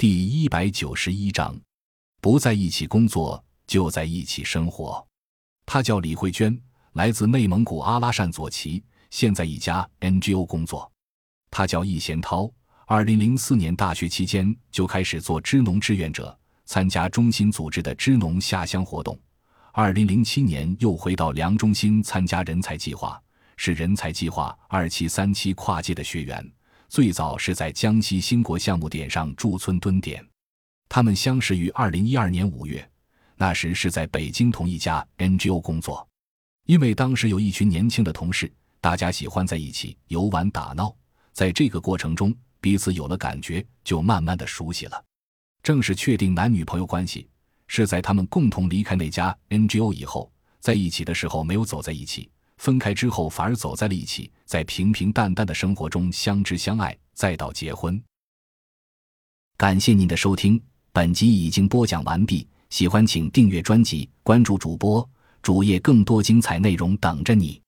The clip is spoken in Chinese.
第191章，不在一起工作，就在一起生活。她叫李慧娟，来自内蒙古阿拉善左旗，现在一家 NGO 工作。他叫易贤涛，2004年大学期间就开始做支农志愿者，参加中心组织的支农下乡活动。2007年又回到梁中心参加人才计划，是人才计划2期3期跨界的学员，最早是在江西兴国项目点上驻村蹲点。他们相识于2012年5月，那时是在北京同一家 NGO 工作。因为当时有一群年轻的同事，大家喜欢在一起游玩打闹，在这个过程中彼此有了感觉，就慢慢的熟悉了。正式确定男女朋友关系是在他们共同离开那家 NGO 以后，在一起的时候没有走在一起，分开之后反而走在了一起，在平平淡淡的生活中相知相爱，再到结婚。感谢您的收听，本集已经播讲完毕，喜欢请订阅专辑，关注主播，主页更多精彩内容等着你。